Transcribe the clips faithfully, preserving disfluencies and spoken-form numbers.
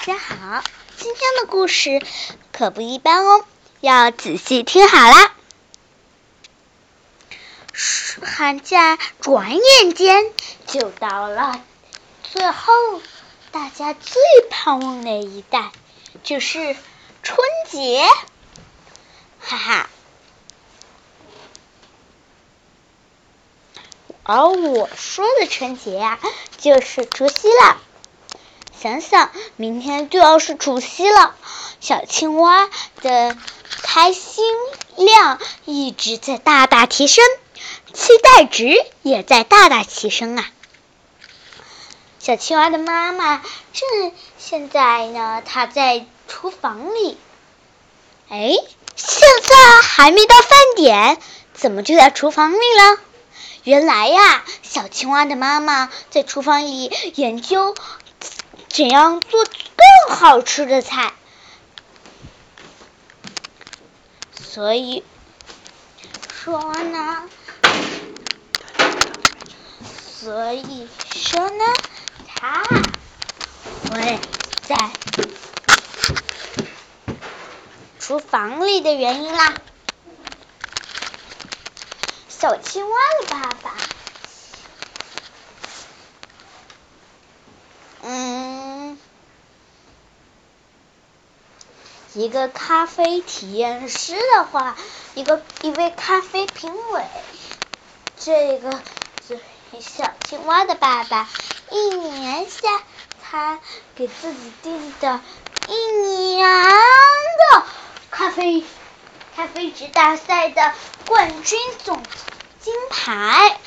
家好，今天的故事可不一般哦，要仔细听好啦。寒假转眼间就到了，最后大家最盼望的一代就是春节，哈哈。而我说的春节呀、啊，就是除夕了。想想明天就要是除夕了，小青蛙的开心量一直在大大提升，期待值也在大大提升啊。小青蛙的妈妈正现在呢，她在厨房里。哎，现在还没到饭点，怎么就在厨房里了？原来呀，小青蛙的妈妈在厨房里研究怎样做更好吃的菜，所以说呢，所以说呢，她会在厨房里的原因啦。小青蛙的爸爸，嗯，一个咖啡体验师的话，一个一位咖啡评委，这个小青蛙的爸爸一年下他给自己定的一年的咖啡咖啡职大赛的冠军总金牌。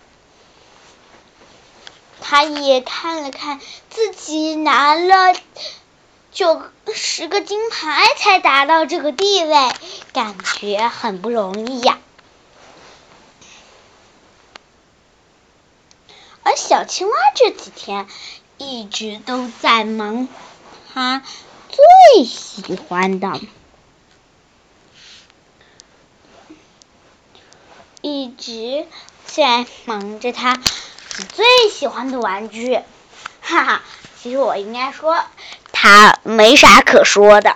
他也看了看自己拿了九十个金牌才达到这个地位，感觉很不容易呀。而小青蛙这几天一直都在忙他最喜欢的，一直在忙着他最喜欢的玩具，哈哈，其实我应该说他没啥可说的。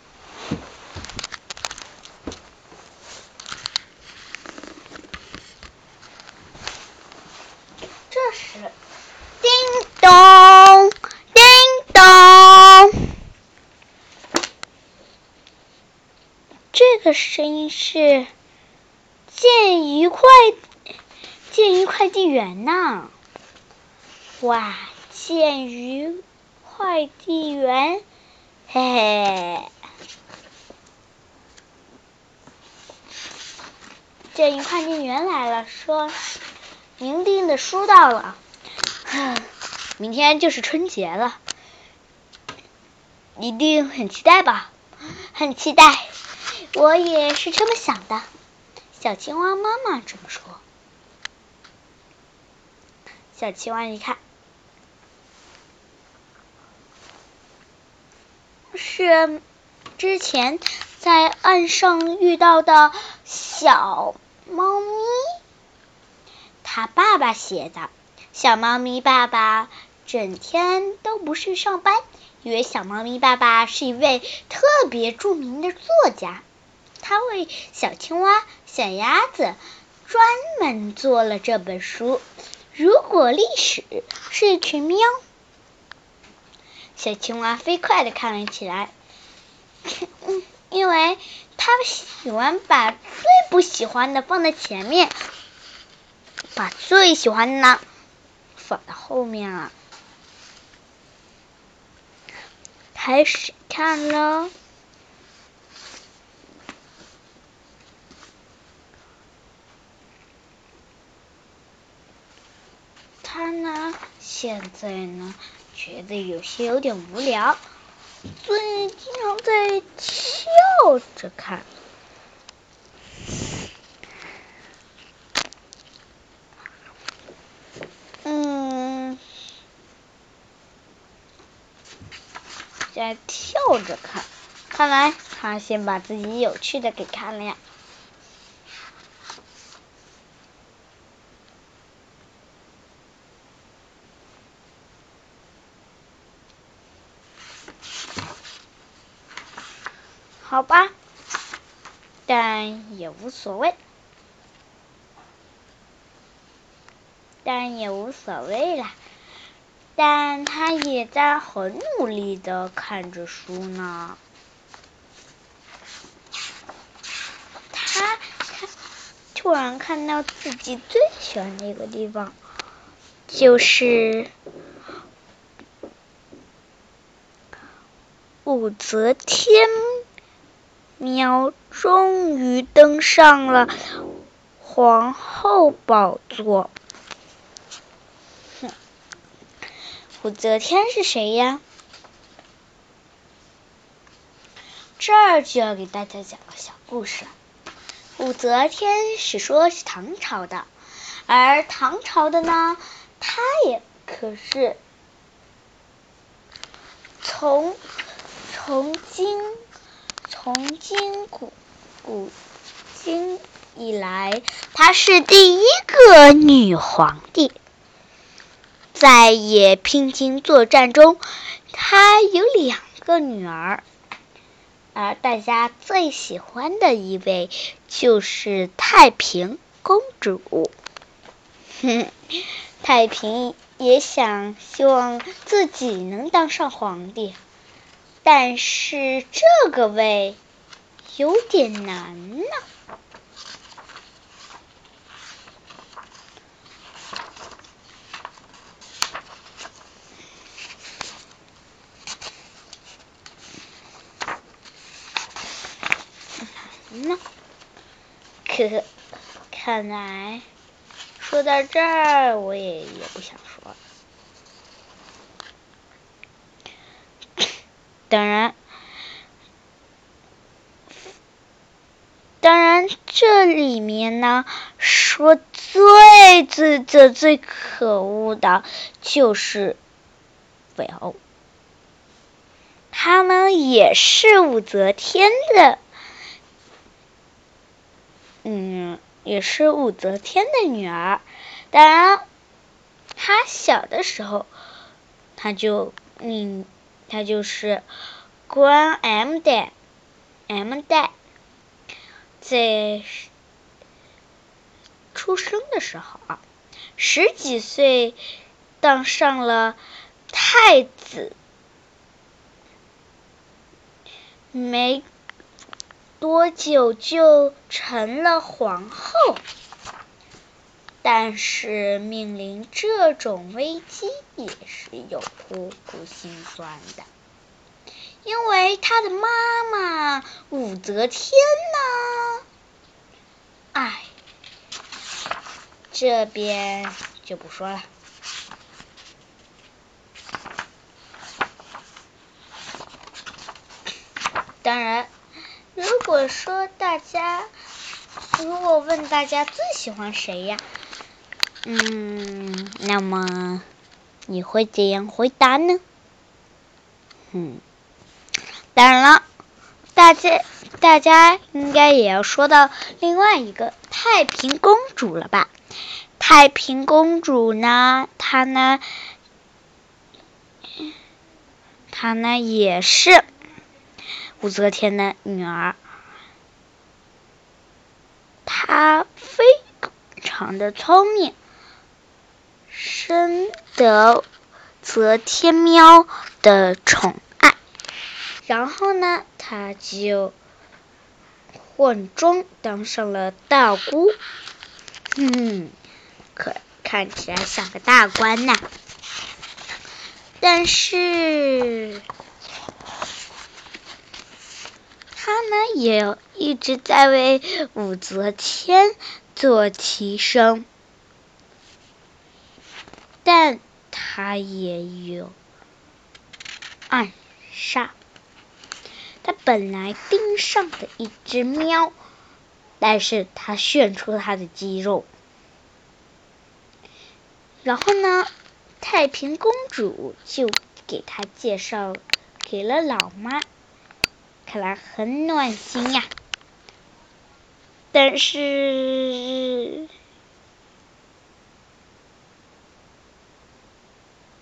这时叮咚叮咚，这个声音是建议快建议快递员呐！哇，建议快递员，嘿嘿，建议快递员来了，说您订的书到了，明天就是春节了，一定很期待吧？很期待，我也是这么想的。小青蛙妈妈这么说。小青蛙一看，是之前在岸上遇到的小猫咪，他爸爸写的。小猫咪爸爸整天都不去上班，因为小猫咪爸爸是一位特别著名的作家，他为小青蛙、小鸭子专门做了这本书。如果历史是一群喵，小青蛙飞快地看了起来，因为他喜欢把最不喜欢的放在前面，把最喜欢的呢放在后面了。开始看了，他呢现在呢觉得有些有点无聊，所以经常在笑着看。嗯，在跳着看，看来他先把自己有趣的给看了呀。 好吧，但也无所谓，但也无所谓啦。但他也在很努力的看着书呢。他看，突然看到自己最喜欢的一个地方，就是武则天喵终于登上了皇后宝座。武则天是谁呀？这儿就要给大家讲个小故事。武则天是说是唐朝的，而唐朝的呢，她也可是从从今从今古古今以来，她是第一个女皇帝。在野拼经作战中，她有两个女儿，而大家最喜欢的一位就是太平公主。哼，太平也想希望自己能当上皇帝，但是这个位有点难呢。那可看来说到这儿，我也也不想说了。当然，当然这里面呢，说最最最最可恶的就是韦后，她呢也是武则天的。嗯，也是武则天的女儿。当然，她小的时候，她就嗯，她就是官 M 代 M 代，在出生的时候啊，十几岁当上了太子，没多久就成了皇后。但是面临这种危机也是有苦苦心酸的，因为她的妈妈武则天呢，哎，这边就不说了。当然，如果说大家，如果问大家最喜欢谁呀？嗯，那么你会怎样回答呢？嗯，当然了，大家大家应该也要说到另外一个太平公主了吧？太平公主呢，她呢，她呢也是武则天的女儿，她非常的聪明，深得则天喵的宠爱。然后呢，她就混中当上了大姑，嗯，可看起来像个大官呐。但是她呢，也一直在为武则天做提升，但她也有暗杀。他本来盯上的一只喵，但是他炫出他的肌肉。然后呢，太平公主就给他介绍给了老妈，看来很暖心呀。但是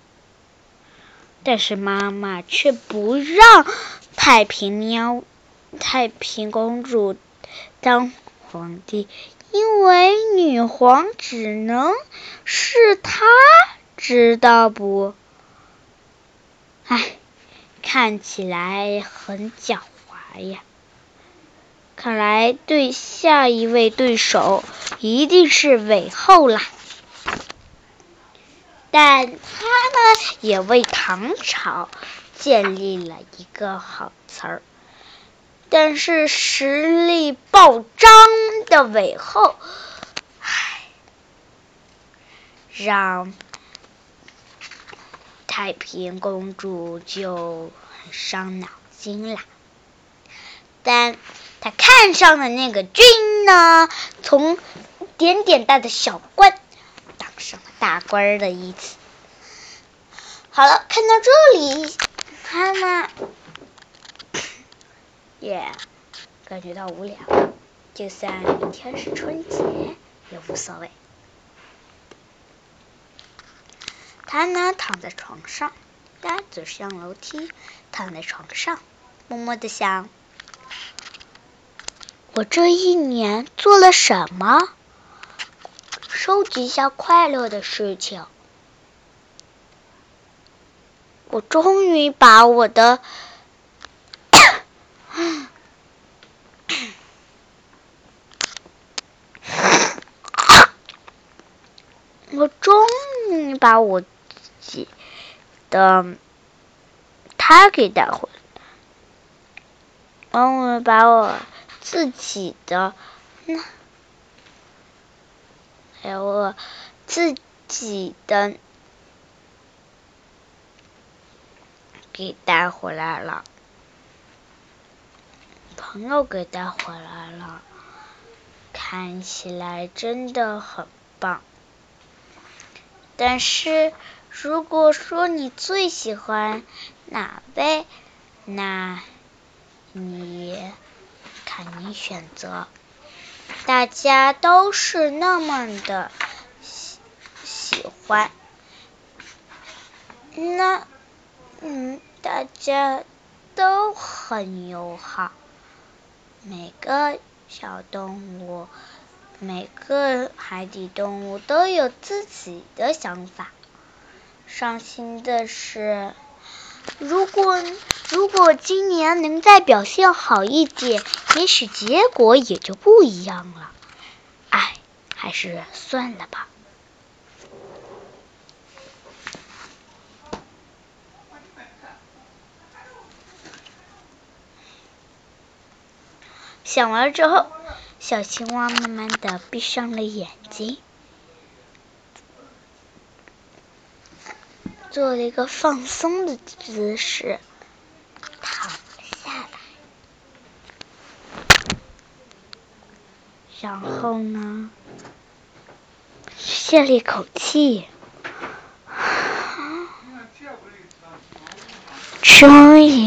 但是妈妈却不让太平喵太平公主当皇帝，因为女皇只能是她知道不？唉，看起来很狡猾呀。看来对下一位对手一定是韦后啦。但他呢，也为唐朝建立了一个好词儿。但是实力暴张的韦后，唉，让太平公主就很伤脑筋啦。但她看上的那个君呢，从点点大的小官当上了大官的意思。好了，看到这里，他呢也感觉到无聊，就算明天是春节也无所谓。他呢躺在床上，他走上楼梯，躺在床上，默默地想：我这一年做了什么？收集一下快乐的事情。我终于把我的我终于把我自己的他给带回来，我把我自己的那还有我自己的给带回来了，朋友给带回来了，看起来真的很棒。但是如果说你最喜欢哪位，那你看你选择。大家都是那么的喜喜欢，那嗯，大家都很友好，每个小动物，每个海底动物都有自己的想法。伤心的是，如果如果今年能再表现好一点，也许结果也就不一样了。唉，还是算了吧。想完了之后，小青蛙慢慢的闭上了眼睛，做了一个放松的姿势，躺了下来。然后呢，泄了一口气，终于